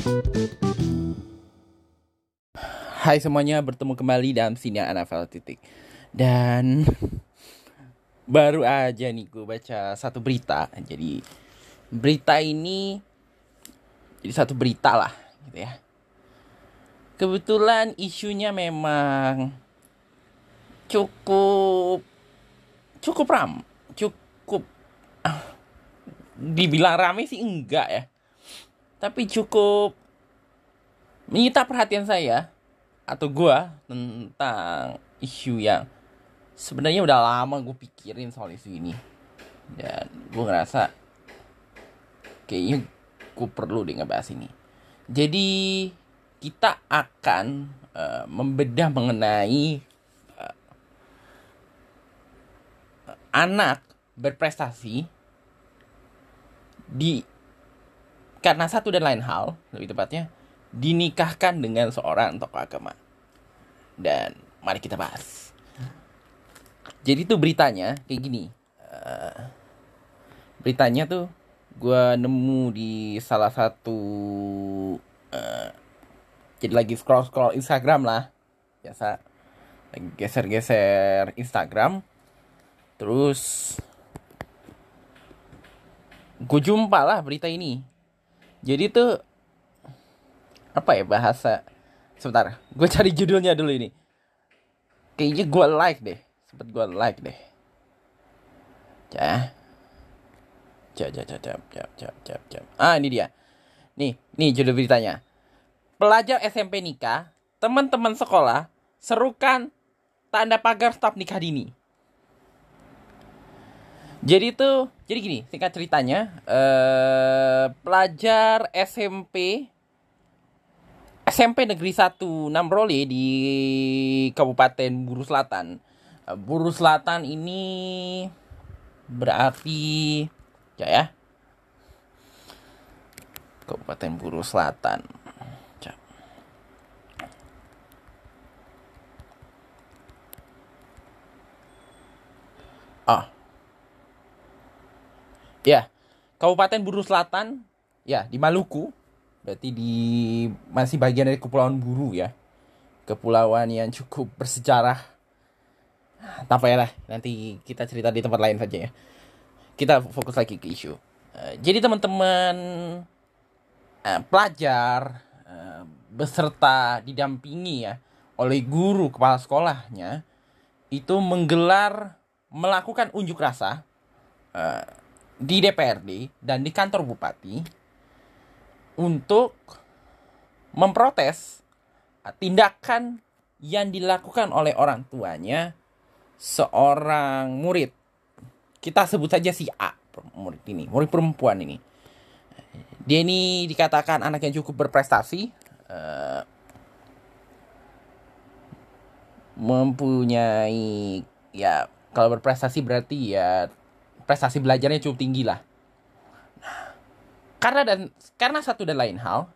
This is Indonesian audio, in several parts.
Hai semuanya, bertemu kembali dalam Sinyal NFL Titik. Dan baru aja nih gue baca satu berita. Jadi berita ini jadi satu berita lah gitu ya. Kebetulan isunya memang cukup cukup dibilang rame sih enggak ya. Tapi cukup menyita perhatian saya atau gue tentang isu yang sebenarnya udah lama gue pikirin soal isu ini. Dan gue ngerasa kayaknya gue perlu deh ngebahas ini. Jadi kita akan membedah mengenai anak berprestasi karena satu dan lain hal, lebih tepatnya dinikahkan dengan seorang tokoh agama. Dan mari kita bahas. Jadi tuh beritanya kayak gini. Beritanya tuh gue nemu di salah satu jadi lagi scroll Instagram lah. Biasa lagi geser-geser Instagram. Terus gue jumpa lah berita ini. Jadi tuh apa ya bahasa. Sebentar, gue cari judulnya dulu ini. Kayaknya gue like deh. Sempet gue like deh. Ini dia. Nih judul beritanya. Pelajar SMP nikah, teman-teman sekolah serukan tanda pagar stop nikah dini. Jadi gini, singkat ceritanya, pelajar SMP Negeri 1 Namrole di Kabupaten Buru Selatan. Buru Selatan ini berarti ya. Kabupaten Buru Selatan. Ya, Kabupaten Buru Selatan, ya di Maluku. Berarti masih bagian dari Kepulauan Buru ya. Kepulauan yang cukup bersejarah. Tak payah lah, nanti kita cerita di tempat lain saja ya. Kita fokus lagi ke isu. Jadi teman-teman pelajar beserta didampingi ya oleh guru kepala sekolahnya itu melakukan unjuk rasa di DPRD dan di kantor bupati untuk memprotes tindakan yang dilakukan oleh orang tuanya seorang murid. Kita sebut saja si A, murid perempuan ini. Dia ini dikatakan anak yang cukup berprestasi, mempunyai ya kalau berprestasi berarti ya prestasi belajarnya cukup tinggi lah. Karena satu dan lain hal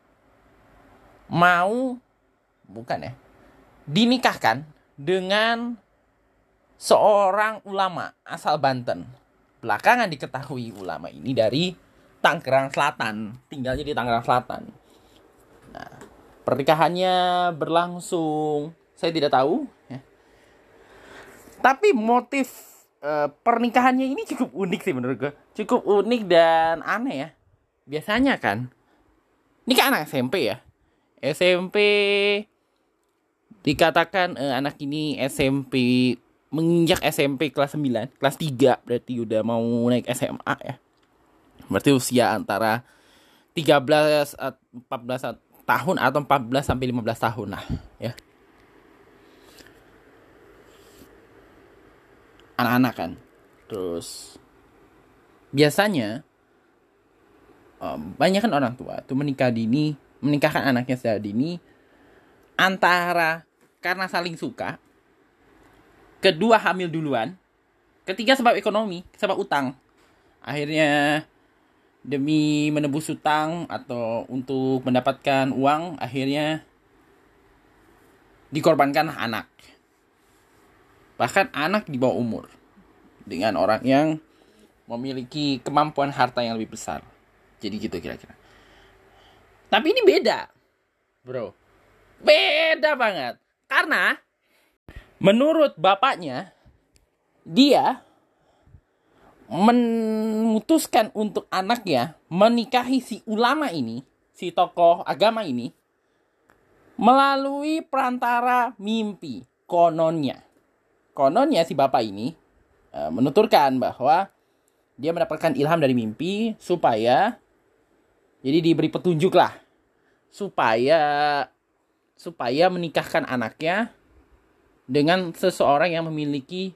dinikahkan dengan seorang ulama asal Banten. Belakangan diketahui ulama ini dari Tangerang Selatan, tinggalnya di Tangerang Selatan. Nah, pernikahannya berlangsung, saya tidak tahu ya. Tapi motif pernikahannya ini cukup unik sih menurut gue. Cukup unik dan aneh ya. Biasanya kan, ini kan anak SMP ya. SMP dikatakan anak ini SMP menginjak SMP kelas 9, kelas 3 berarti udah mau naik SMA ya. Berarti usia antara 13 14 tahun atau 14 sampai 15 tahun lah ya. Anak-anak kan. Terus biasanya banyak kan orang tua tuh menikahkan anaknya secara dini antara karena saling suka, kedua hamil duluan, ketiga sebab ekonomi, sebab utang. Akhirnya demi menebus utang atau untuk mendapatkan uang, akhirnya dikorbankan anak. Bahkan anak di bawah umur dengan orang yang memiliki kemampuan harta yang lebih besar. Jadi gitu kira-kira. Tapi ini beda, bro. Beda banget. Karena menurut bapaknya, dia memutuskan untuk anaknya menikahi si ulama ini, si tokoh agama ini, melalui perantara mimpi. Kononnya si bapak ini menuturkan bahwa dia mendapatkan ilham dari mimpi supaya, jadi diberi petunjuk lah, supaya menikahkan anaknya dengan seseorang yang memiliki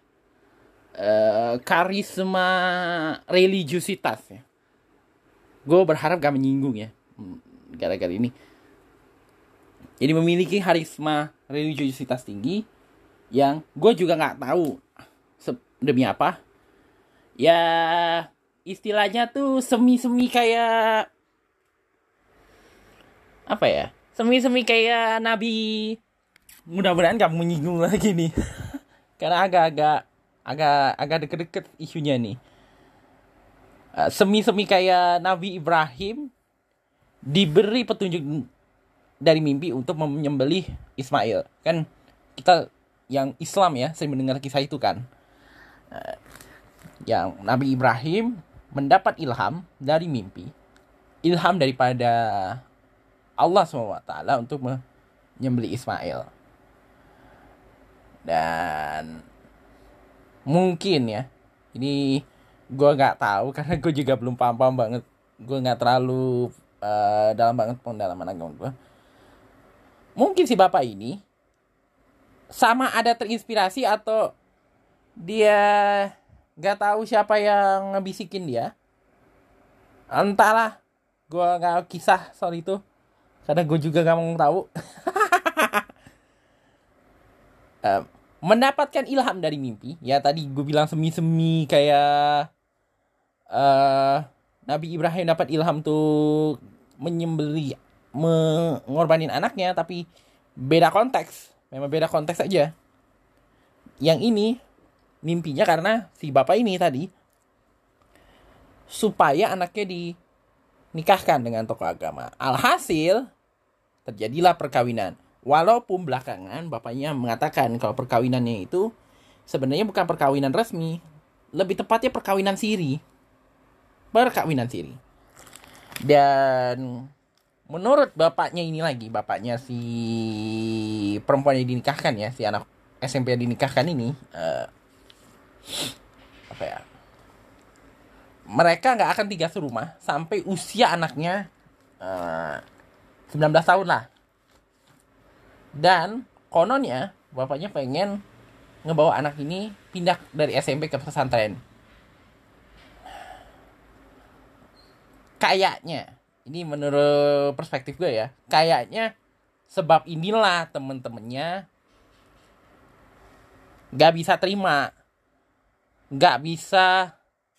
karisma religiusitas ya. Gue berharap gak menyinggung ya gara-gara ini. Jadi memiliki karisma religiusitas tinggi yang gue juga gak tahu demi apa. Ya istilahnya tuh semi-semi kayak apa ya? Semi-semi kayak Nabi. Mudah-mudahan gak menyinggung lagi nih. Karena agak deket-deket isunya nih. Semi-semi kayak Nabi Ibrahim diberi petunjuk dari mimpi untuk menyembelih Ismail. Kan kita yang Islam ya, saya mendengar kisah itu kan. Yang Nabi Ibrahim mendapat ilham dari mimpi. Ilham daripada Allah SWT untuk menyembelih Ismail. Dan mungkin ya, ini gue gak tahu karena gue juga belum paham banget. Gue gak terlalu dalam banget pendalaman agama gue. Mungkin si bapak ini sama ada terinspirasi atau dia gak tahu siapa yang ngebisikin dia. Entahlah, gue gak kisah soal itu karena gue juga gak mau tahu. Mendapatkan ilham dari mimpi. Ya tadi gue bilang semi-semi kayak Nabi Ibrahim dapat ilham tuh menyembelih, mengorbanin anaknya, tapi beda konteks. Memang beda konteks aja. Yang ini mimpinya karena si bapak ini tadi supaya anaknya dinikahkan dengan tokoh agama. Alhasil terjadilah perkawinan. Walaupun belakangan bapaknya mengatakan kalau perkawinannya itu sebenarnya bukan perkawinan resmi, lebih tepatnya perkawinan siri. Dan menurut bapaknya ini lagi, bapaknya si perempuan yang dinikahkan ya, si anak SMP yang dinikahkan ini, mereka nggak akan tinggal serumah sampai usia anaknya 19 tahun lah. Dan kononnya bapaknya pengen ngebawa anak ini pindah dari SMP ke pesantren. Kayaknya, ini menurut perspektif gue ya, kayaknya sebab inilah temen-temennya gak bisa terima, gak bisa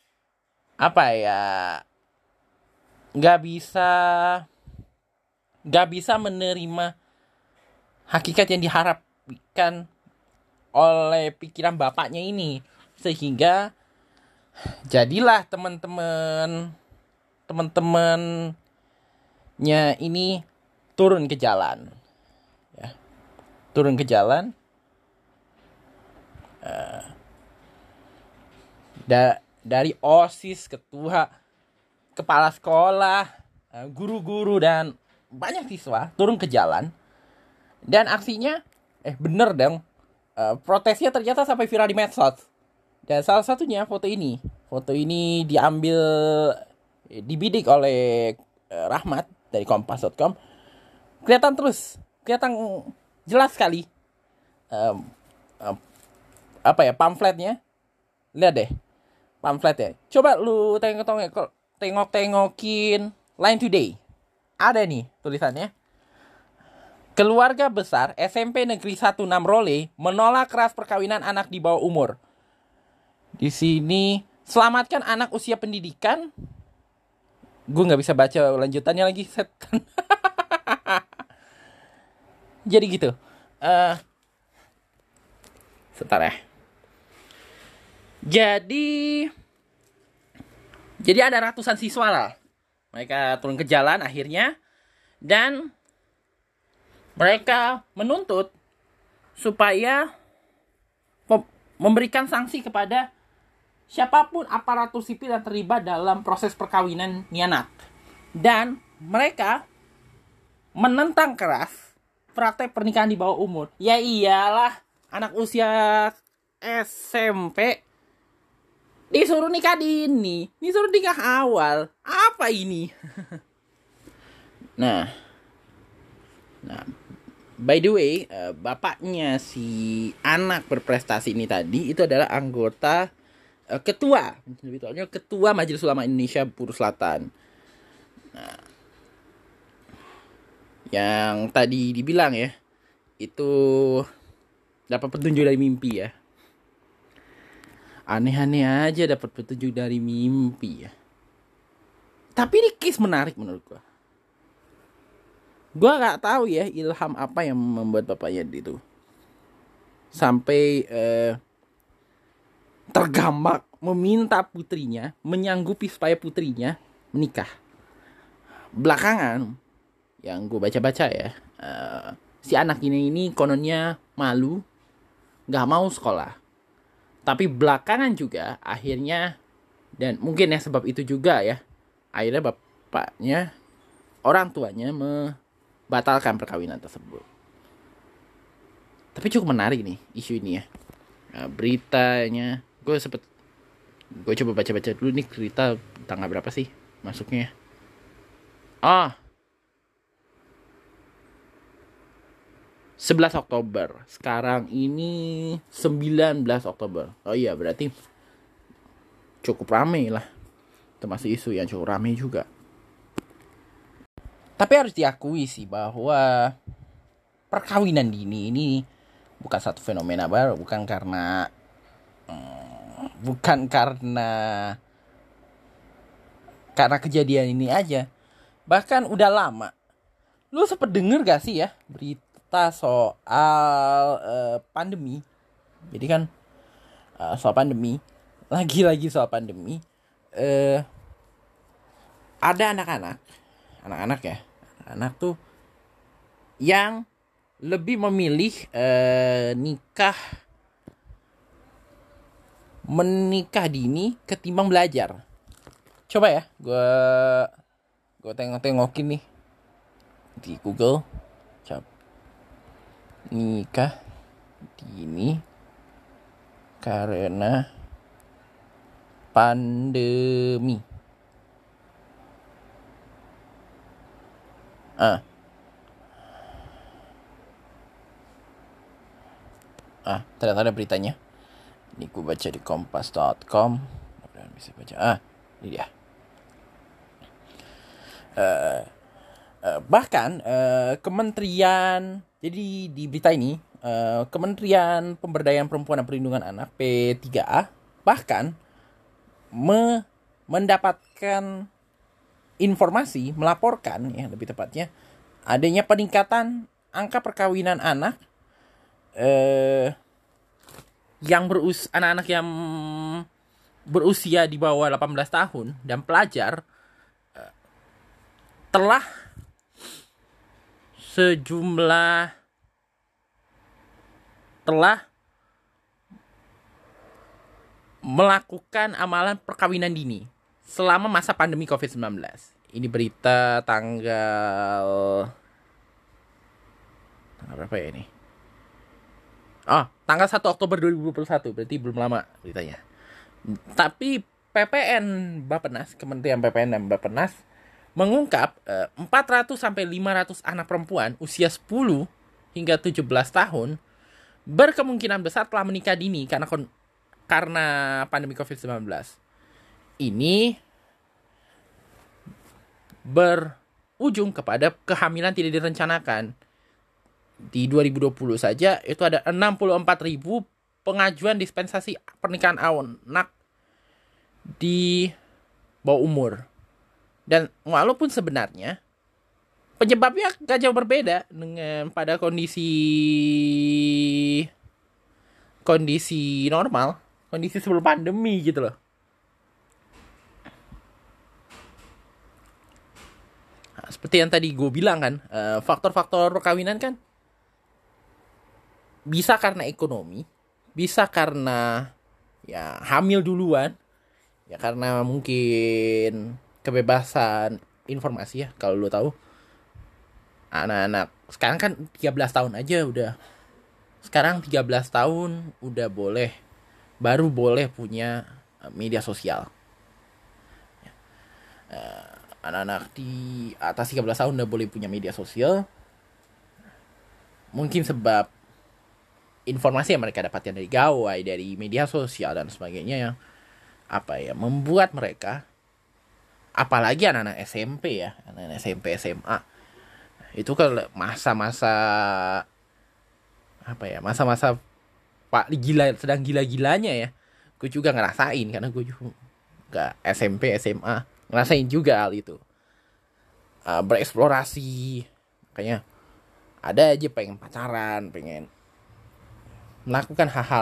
menerima hakikat yang diharapkan oleh pikiran bapaknya ini. Sehingga jadilah teman-temannya ini turun ke jalan. Ya. Turun ke jalan. Dari OSIS, ketua, kepala sekolah, guru-guru, dan banyak siswa turun ke jalan. Dan aksinya, bener dong, protesnya ternyata sampai viral di medsos. Dan salah satunya foto ini. Foto ini dibidik oleh Rahmat dari kompas.com. Kelihatan jelas sekali pamfletnya. Lihat deh pamfletnya. Coba lu tengok-tengokin Line Today. Ada nih tulisannya. Keluarga besar SMP Negeri 16 Role menolak keras perkawinan anak di bawah umur. Di sini, selamatkan anak usia pendidikan. Gue nggak bisa baca lanjutannya lagi, setan. Jadi gitu. Sebentar ya. Jadi ada ratusan siswa lah. Mereka turun ke jalan akhirnya. Dan mereka menuntut supaya memberikan sanksi kepada siapapun aparatur sipil yang terlibat dalam proses perkawinan nianat. Dan mereka menentang keras praktek pernikahan di bawah umur. Ya iyalah, anak usia SMP disuruh nikah dini, disuruh nikah awal. Apa ini? Nah, by the way, bapaknya si anak berprestasi ini tadi itu adalah anggota ketua Majelis Ulama Indonesia Buru Selatan. Nah, yang tadi dibilang ya, itu dapat petunjuk dari mimpi ya. Aneh-aneh aja dapat petunjuk dari mimpi ya. Tapi ini case menarik menurut gua. Gua nggak tahu ya ilham apa yang membuat bapaknya itu sampai tergamak meminta putrinya, menyanggupi supaya putrinya menikah. Belakangan yang gue baca-baca ya, si anak ini kononnya malu, nggak mau sekolah. Tapi belakangan juga akhirnya, dan mungkin ya sebab itu juga ya, akhirnya bapaknya, orang tuanya membatalkan perkawinan tersebut. Tapi cukup menarik nih isu ini ya. Nah, beritanya, gue coba baca-baca dulu nih cerita tanggal berapa sih masuknya. 11 Oktober. Sekarang ini 19 Oktober. Oh iya, berarti cukup ramai lah. Termasuk isu yang cukup ramai juga. Tapi harus diakui sih bahwa perkawinan dini ini bukan satu fenomena baru. Bukan karena kejadian ini aja. Bahkan udah lama. Lu sempet denger gak sih ya berita soal pandemi? Jadi kan soal pandemi, lagi-lagi soal pandemi, ada anak-anak ya, anak tuh yang lebih memilih menikah dini ketimbang belajar. Coba ya, gue tengok-tengokin nih di Google. Nikah dini karena pandemi. Ternyata ada beritanya. Ini gue baca di kompas.com. Bisa baca. Ini dia. Bahkan kementerian, jadi di berita ini Kementerian Pemberdayaan Perempuan dan Perlindungan Anak P3A bahkan mendapatkan informasi, melaporkan ya lebih tepatnya adanya peningkatan angka perkawinan anak anak-anak yang berusia di bawah 18 tahun dan pelajar telah melakukan amalan perkawinan dini selama masa pandemi COVID-19. Ini berita tanggal berapa ya ini? Tanggal 1 Oktober 2021, berarti belum lama beritanya. Tapi PPN Bappenas, Kementerian PPN dan Bappenas mengungkap 400 sampai 500 anak perempuan usia 10 hingga 17 tahun berkemungkinan besar telah menikah dini karena pandemi COVID-19. Ini berujung kepada kehamilan tidak direncanakan. Di 2020 saja itu ada 64.000 pengajuan dispensasi pernikahan anak di bawah umur. Dan walaupun sebenarnya penyebabnya gak jauh berbeda dengan pada kondisi normal, kondisi sebelum pandemi gitu loh. seperti yang tadi gue bilang kan, faktor-faktor perkawinan kan bisa karena ekonomi, bisa karena ya hamil duluan, ya karena mungkin kebebasan informasi ya. Kalau lo tahu anak-anak sekarang kan 13 tahun aja udah, sekarang 13 tahun udah boleh, baru boleh punya media sosial. Anak-anak di atas 13 tahun udah boleh punya media sosial. Mungkin sebab informasi yang mereka dapatkan dari gawai, dari media sosial dan sebagainya, yang membuat mereka, apalagi anak-anak SMP ya, anak-anak SMP SMA, itu kan masa-masa masa-masa pak gila, sedang gila-gilanya ya. Gue juga ngerasain karena gue juga SMP SMA ngerasain juga hal itu. Bereksplorasi, makanya ada aja pengen pacaran, pengen melakukan hal-hal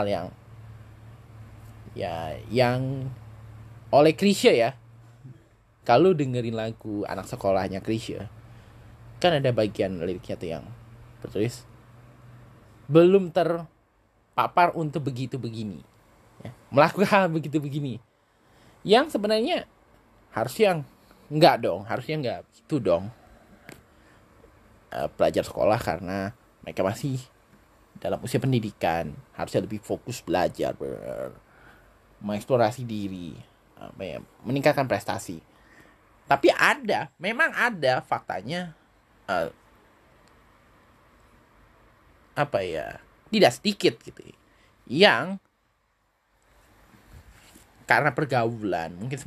yang oleh Krisya ya. Kalau dengerin lagu anak sekolahnya Krisya, kan ada bagian liriknya tuh yang tertulis belum terpapar untuk begitu begini ya, melakukan hal begitu begini, yang sebenarnya harusnya enggak gitu dong. Pelajar sekolah karena mereka masih dalam usia pendidikan, harusnya lebih fokus belajar, mengeksplorasi diri, meningkatkan prestasi. Tapi memang ada faktanya, tidak sedikit gitu, yang karena pergaulan, mungkin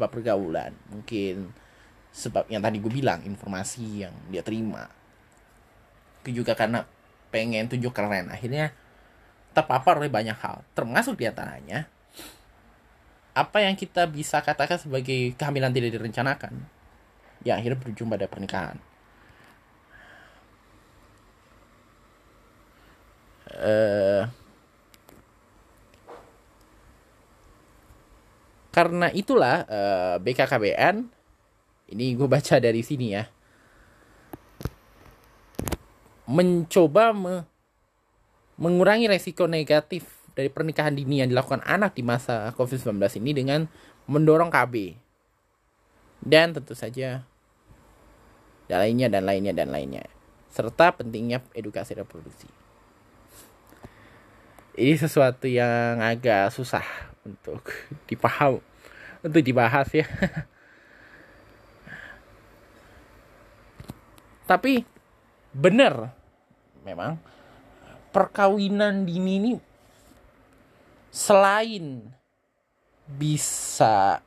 sebab yang tadi gue bilang, informasi yang dia terima, itu juga karena pengen tunjuk keren, akhirnya terpapar oleh banyak hal, termasuk diantaranya apa yang kita bisa katakan sebagai kehamilan tidak direncanakan, yang akhirnya berujung pada pernikahan. Karena itulah BKKBN, ini gue baca dari sini ya, mencoba mengurangi resiko negatif dari pernikahan dini yang dilakukan anak di masa COVID-19 ini dengan mendorong KB. Dan tentu saja dan lainnya. Serta pentingnya edukasi reproduksi. Ini sesuatu yang agak susah untuk dibahas ya. Tapi benar, memang perkawinan dini ini selain bisa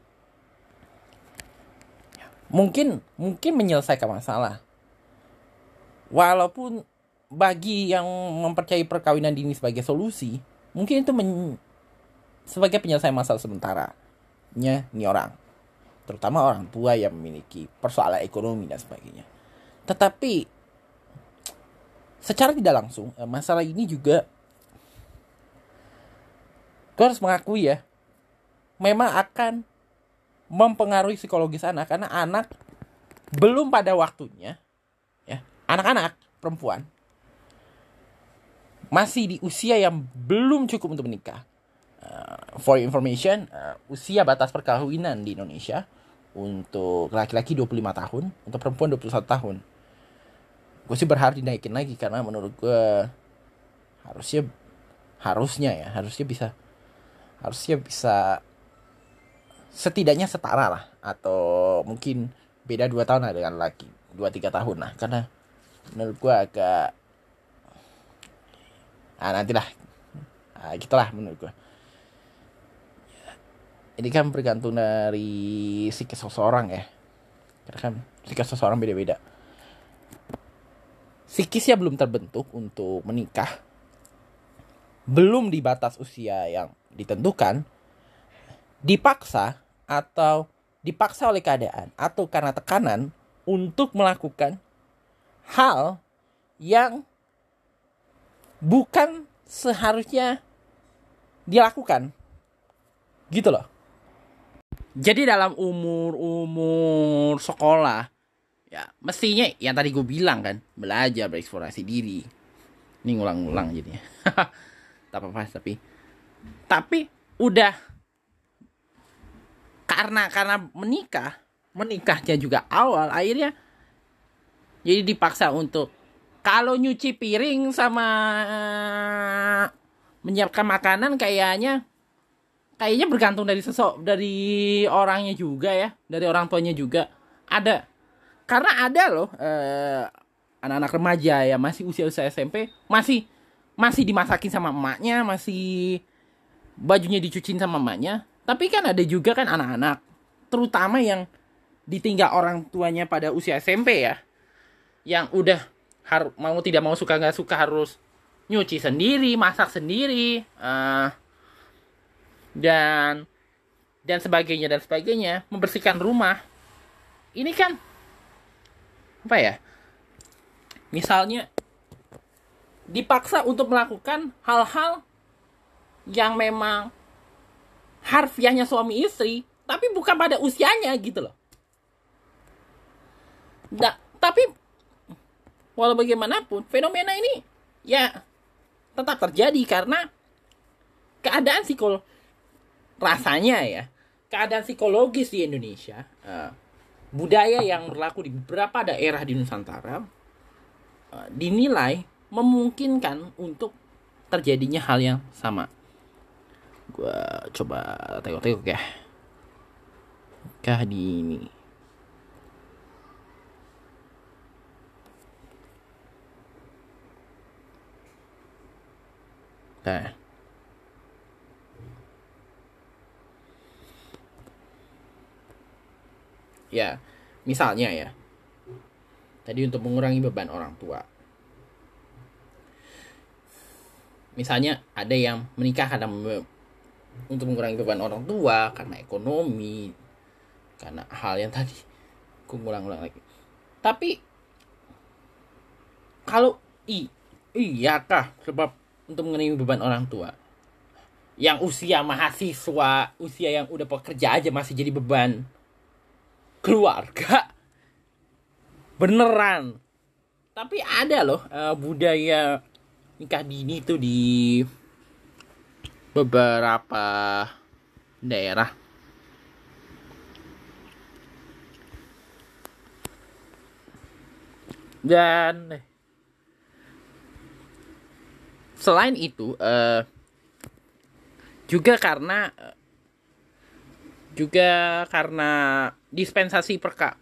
mungkin menyelesaikan masalah, walaupun bagi yang mempercayai perkawinan dini sebagai solusi, mungkin itu sebagai penyelesaian masalah sementaranya ini orang, terutama orang tua yang memiliki persoalan ekonomi dan sebagainya. Tetapi secara tidak langsung, masalah ini juga gue harus mengakui ya, memang akan mempengaruhi psikologis anak, karena anak belum pada waktunya ya, anak-anak perempuan masih di usia yang belum cukup untuk menikah. For information, usia batas perkawinan di Indonesia untuk laki-laki 25 tahun, untuk perempuan 21 tahun. Gue sih berharap dinaikin lagi, karena menurut gue harusnya bisa setidaknya setara lah, atau mungkin beda 2 tahun lah dengan laki, 2-3 tahun lah, karena menurut gue agak nantilah gitulah menurut gue. Ini kan bergantung dari psikis seseorang ya, karena kan psikis seseorang beda-beda. Psikisnya belum terbentuk untuk menikah, belum di batas usia yang ditentukan, dipaksa oleh keadaan atau karena tekanan untuk melakukan hal yang bukan seharusnya dilakukan, gitu loh. Jadi dalam umur sekolah, Ya, mestinya yang tadi gue bilang kan, belajar bereksplorasi diri. Ini ngulang-ngulang jadinya. Tak apa-apa, tapi udah karena menikahnya juga awal, akhirnya jadi dipaksa untuk kalau nyuci piring sama menyiapkan makanan kayaknya bergantung dari orangnya juga ya, dari orang tuanya juga. Karena ada loh anak-anak remaja ya, masih usia-usia SMP, masih dimasakin sama emaknya, masih bajunya dicuciin sama emaknya. Tapi kan ada juga kan anak-anak, terutama yang ditinggal orang tuanya pada usia SMP ya, yang udah mau tidak mau, suka nggak suka harus nyuci sendiri, masak sendiri, dan sebagainya, membersihkan rumah. Ini kan apa ya? Misalnya dipaksa untuk melakukan hal-hal yang memang harfiahnya suami istri, tapi bukan pada usianya gitu loh. Nah, tapi walau bagaimanapun fenomena ini ya tetap terjadi karena keadaan keadaan psikologis di Indonesia, budaya yang berlaku di beberapa daerah di Nusantara dinilai memungkinkan untuk terjadinya hal yang sama. Gua coba tengok ya. Kah di ini. Nah. Ya, misalnya ya. Tadi untuk mengurangi beban orang tua. Misalnya ada yang menikah karena untuk mengurangi beban orang tua, karena ekonomi, karena hal yang tadi aku ngulang-ngulang lagi. Tapi kalau iyakah sebab untuk mengurangi beban orang tua? Yang usia mahasiswa, usia yang udah pekerja aja masih jadi beban keluarga? Beneran. Tapi ada loh budaya nikah dini tuh di beberapa daerah. Dan selain itu juga karena dispensasi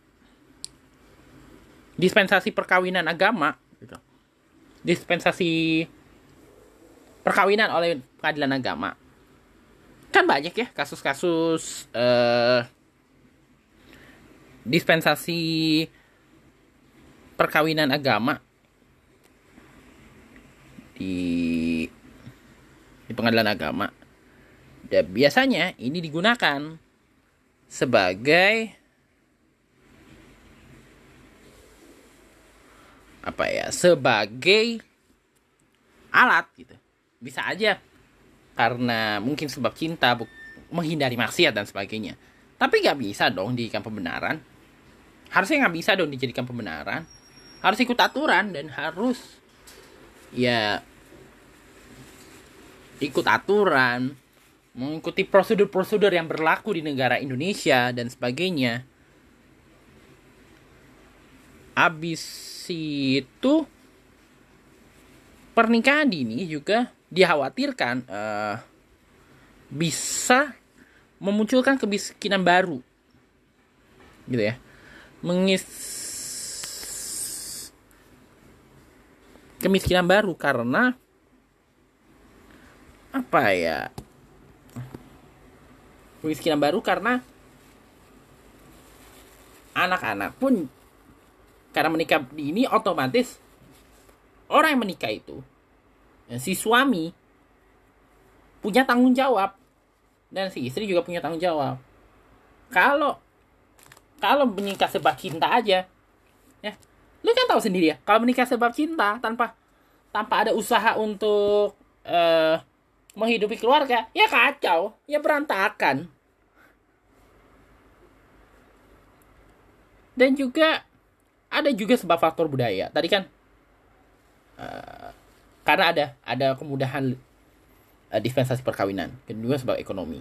perkawinan agama gitu. Dispensasi perkawinan oleh pengadilan agama. Kan banyak ya kasus-kasus dispensasi perkawinan agama di pengadilan agama. Dan biasanya ini digunakan sebagai sebagai alat gitu. Bisa aja karena mungkin sebab cinta, menghindari maksiat dan sebagainya. Tapi nggak bisa dong dijadikan pembenaran. Harusnya nggak bisa dong dijadikan pembenaran. Harus ikut aturan dan harus ikut aturan, mengikuti prosedur-prosedur yang berlaku di negara Indonesia dan sebagainya. Abis itu pernikahan dini juga dikhawatirkan bisa memunculkan kemiskinan baru, gitu ya, kemiskinan baru karena kemiskinan baru karena anak-anak pun karena menikah dini otomatis orang yang menikah itu, si suami punya tanggung jawab dan si istri juga punya tanggung jawab. Kalau menikah sebab cinta aja, ya, lu kan tahu sendiri ya, kalau menikah sebab cinta tanpa ada usaha untuk menghidupi keluarga, ya kacau, ya berantakan. Dan juga ada juga sebab faktor budaya. Tadi kan karena ada kemudahan dispensasi perkawinan. Kedua sebab ekonomi.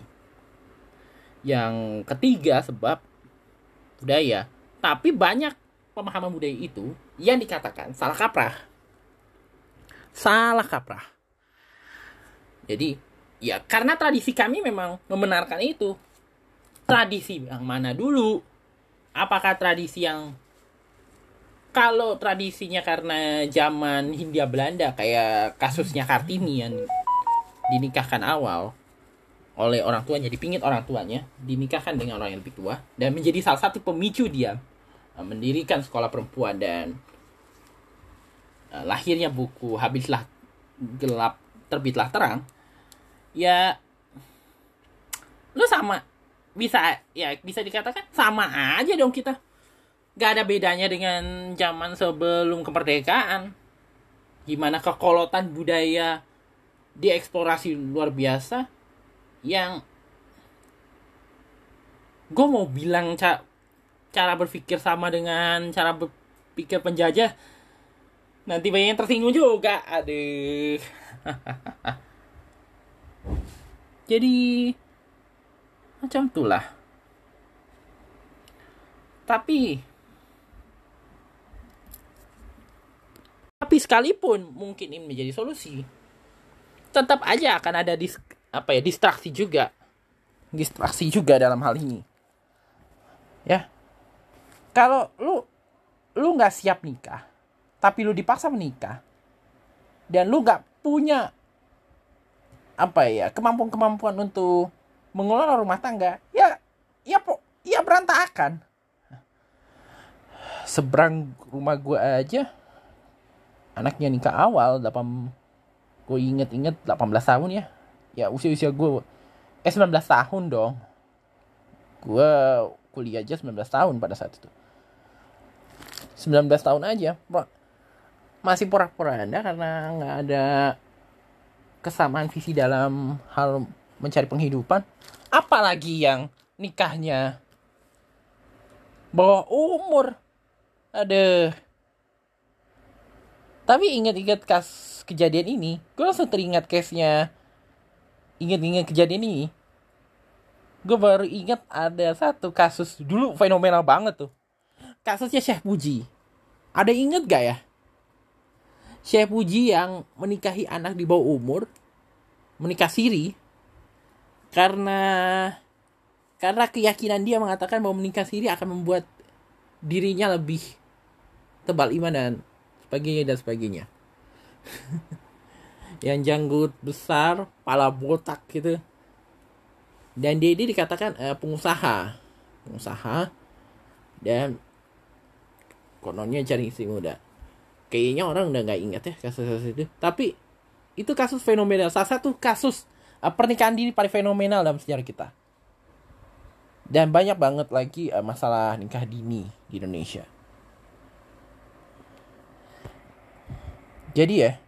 Yang ketiga sebab budaya. Tapi banyak pemahaman budaya itu yang dikatakan salah kaprah. Salah kaprah. Jadi ya karena tradisi kami memang membenarkan itu. Tradisi yang mana dulu? Apakah tradisi yang kalau tradisinya karena zaman Hindia Belanda kayak kasusnya Kartini yang dinikahkan awal oleh orang tuanya, dipingit orang tuanya, dinikahkan dengan orang yang lebih tua dan menjadi salah satu pemicu dia mendirikan sekolah perempuan dan lahirnya buku Habislah Gelap Terbitlah Terang. Ya lu sama bisa dikatakan sama aja dong kita. Gak ada bedanya dengan zaman sebelum kemerdekaan. Gimana kekolotan budaya dieksplorasi luar biasa. Yang gue mau bilang cara berpikir sama dengan cara berpikir penjajah, nanti banyak yang tersinggung juga. Aduh. Jadi macam itulah. Tapi sekalipun mungkin ini menjadi solusi, tetap aja akan ada distraksi juga. Distraksi juga dalam hal ini. Ya. Kalau lu nggak siap nikah, tapi lu dipaksa menikah, dan lu nggak punya kemampuan untuk mengelola rumah tangga, ya berantakan. Seberang rumah gue aja anaknya nikah awal gue inget 18 tahun ya. Ya usia gue 19 tahun dong. Gue kuliah aja 19 tahun pada saat itu. 19 tahun aja. Masih porak-poranda karena gak ada kesamaan visi dalam hal mencari penghidupan. Apalagi yang nikahnya bawah umur. Aduh. Tapi ingat-ingat kejadian ini, gue langsung teringat case-nya. Ingat kejadian ini, gue baru ingat ada satu kasus dulu fenomenal banget tuh. Kasusnya Syekh Puji. Ada inget gak ya? Syekh Puji yang menikahi anak di bawah umur, menikah siri, karena keyakinan dia mengatakan bahwa menikah siri akan membuat dirinya lebih tebal iman dan sebagainya. Yang janggut besar, kepala botak gitu. Dan dia ini dikatakan pengusaha dan kononnya cari istri muda. Kayaknya orang udah nggak ingat ya kasus-kasus itu. Tapi itu kasus fenomenal. Salah satu kasus pernikahan dini paling fenomenal dalam sejarah kita. Dan banyak banget lagi masalah nikah dini di Indonesia. Jadi ya,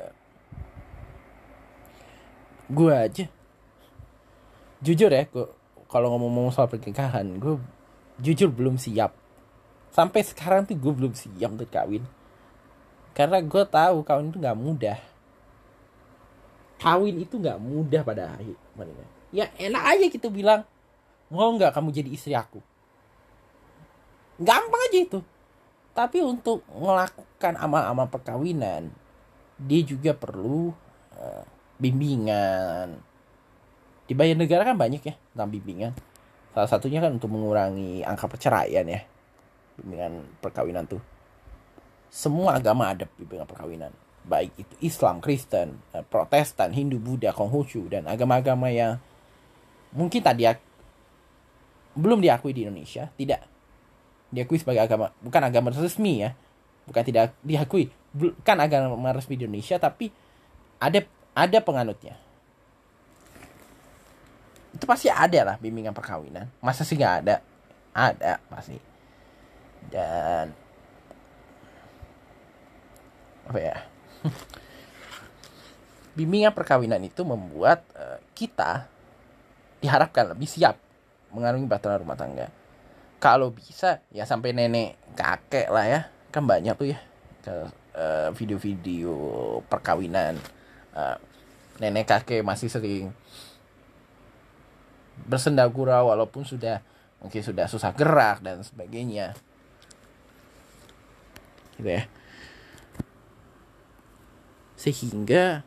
gue aja jujur ya, kalau ngomong soal pernikahan, gue jujur belum siap. Sampai sekarang tuh gue belum siap untuk kawin. Karena gue tahu kawin itu gak mudah. Kawin itu gak mudah pada akhirnya. Ya enak aja kita bilang, mau gak kamu jadi istri aku? Gampang aja itu. Tapi untuk melakukan amal-amal perkawinan, dia juga perlu bimbingan. Dibayar negara kan banyak ya tentang bimbingan. Salah satunya kan untuk mengurangi angka perceraian ya. Bimbingan perkawinan tuh. Semua agama ada bimbingan perkawinan. Baik itu Islam, Kristen, Protestan, Hindu, Buddha, Konghucu, dan agama-agama yang mungkin belum diakui di Indonesia. Tidak diakui sebagai agama, bukan agama resmi ya. Bukan tidak diakui. Bukan agama resmi di Indonesia, tapi ada penganutnya. Itu pasti ada lah bimbingan perkawinan. Masa sih gak ada? Ada pasti. Dan apa ya? Bimbingan perkawinan itu membuat kita diharapkan lebih siap mengarungi batasan rumah tangga. Kalau bisa ya sampai nenek kakek lah ya. kan banyak tuh ya video-video perkawinan, nenek kakek masih sering bersendagura walaupun mungkin sudah susah gerak dan sebagainya gitu ya. Sehingga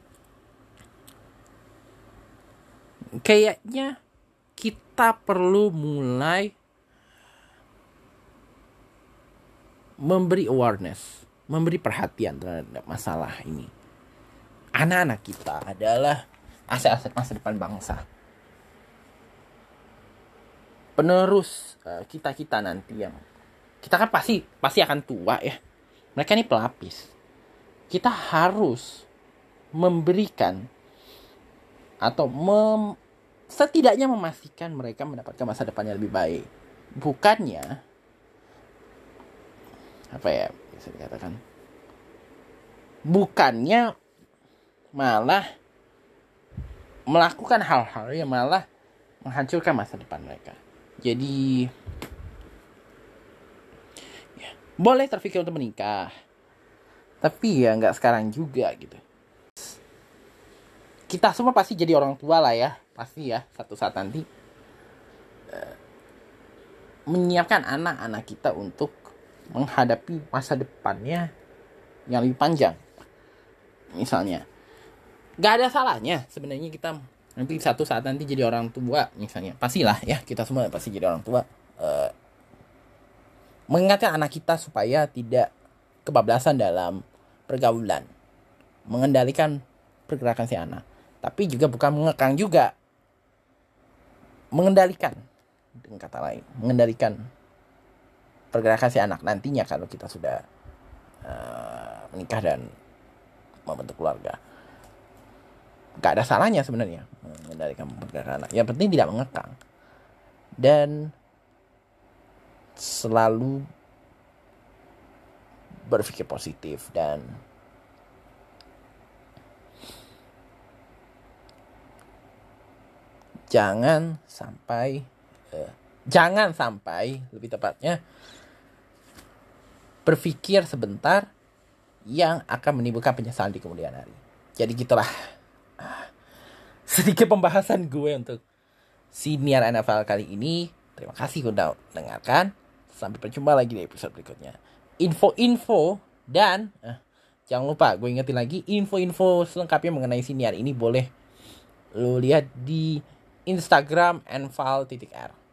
kayaknya kita perlu mulai memberi awareness, memberi perhatian terhadap masalah ini. Anak-anak kita adalah aset-aset masa depan bangsa. Penerus kita nanti yang kita kan pasti akan tua ya. Mereka ini pelapis. Kita harus memberikan atau setidaknya memastikan mereka mendapatkan masa depan yang lebih baik. Bukannya apa ya bisa dikatakan, bukannya malah melakukan hal-hal yang malah menghancurkan masa depan mereka. Jadi ya, boleh terpikir untuk menikah, tapi ya nggak sekarang juga gitu. Kita semua pasti jadi orang tua lah ya, pasti ya satu saat nanti menyiapkan anak-anak kita untuk menghadapi masa depannya yang lebih panjang. Misalnya gak ada salahnya sebenarnya kita nanti satu saat nanti jadi orang tua misalnya. Pastilah ya, kita semua pasti jadi orang tua. Mengingatkan anak kita supaya tidak kebablasan dalam pergaulan, mengendalikan pergerakan si anak. Tapi juga bukan mengekang juga, mengendalikan, dengan kata lain, mengendalikan pergerakan si anak nantinya kalau kita sudah menikah dan membentuk keluarga. Gak ada salahnya sebenarnya mengendalikan pergerakan anak. Yang penting tidak mengekang dan selalu berpikir positif dan jangan sampai lebih tepatnya berpikir sebentar yang akan menimbulkan penyesalan di kemudian hari. Jadi gitulah sedikit pembahasan gue untuk siniar NFL kali ini. Terima kasih sudah mendengarkan. Sampai berjumpa lagi di episode berikutnya. Info-info dan jangan lupa gue ingetin lagi, info-info selengkapnya mengenai siniar ini boleh lo lihat di Instagram @nval_r.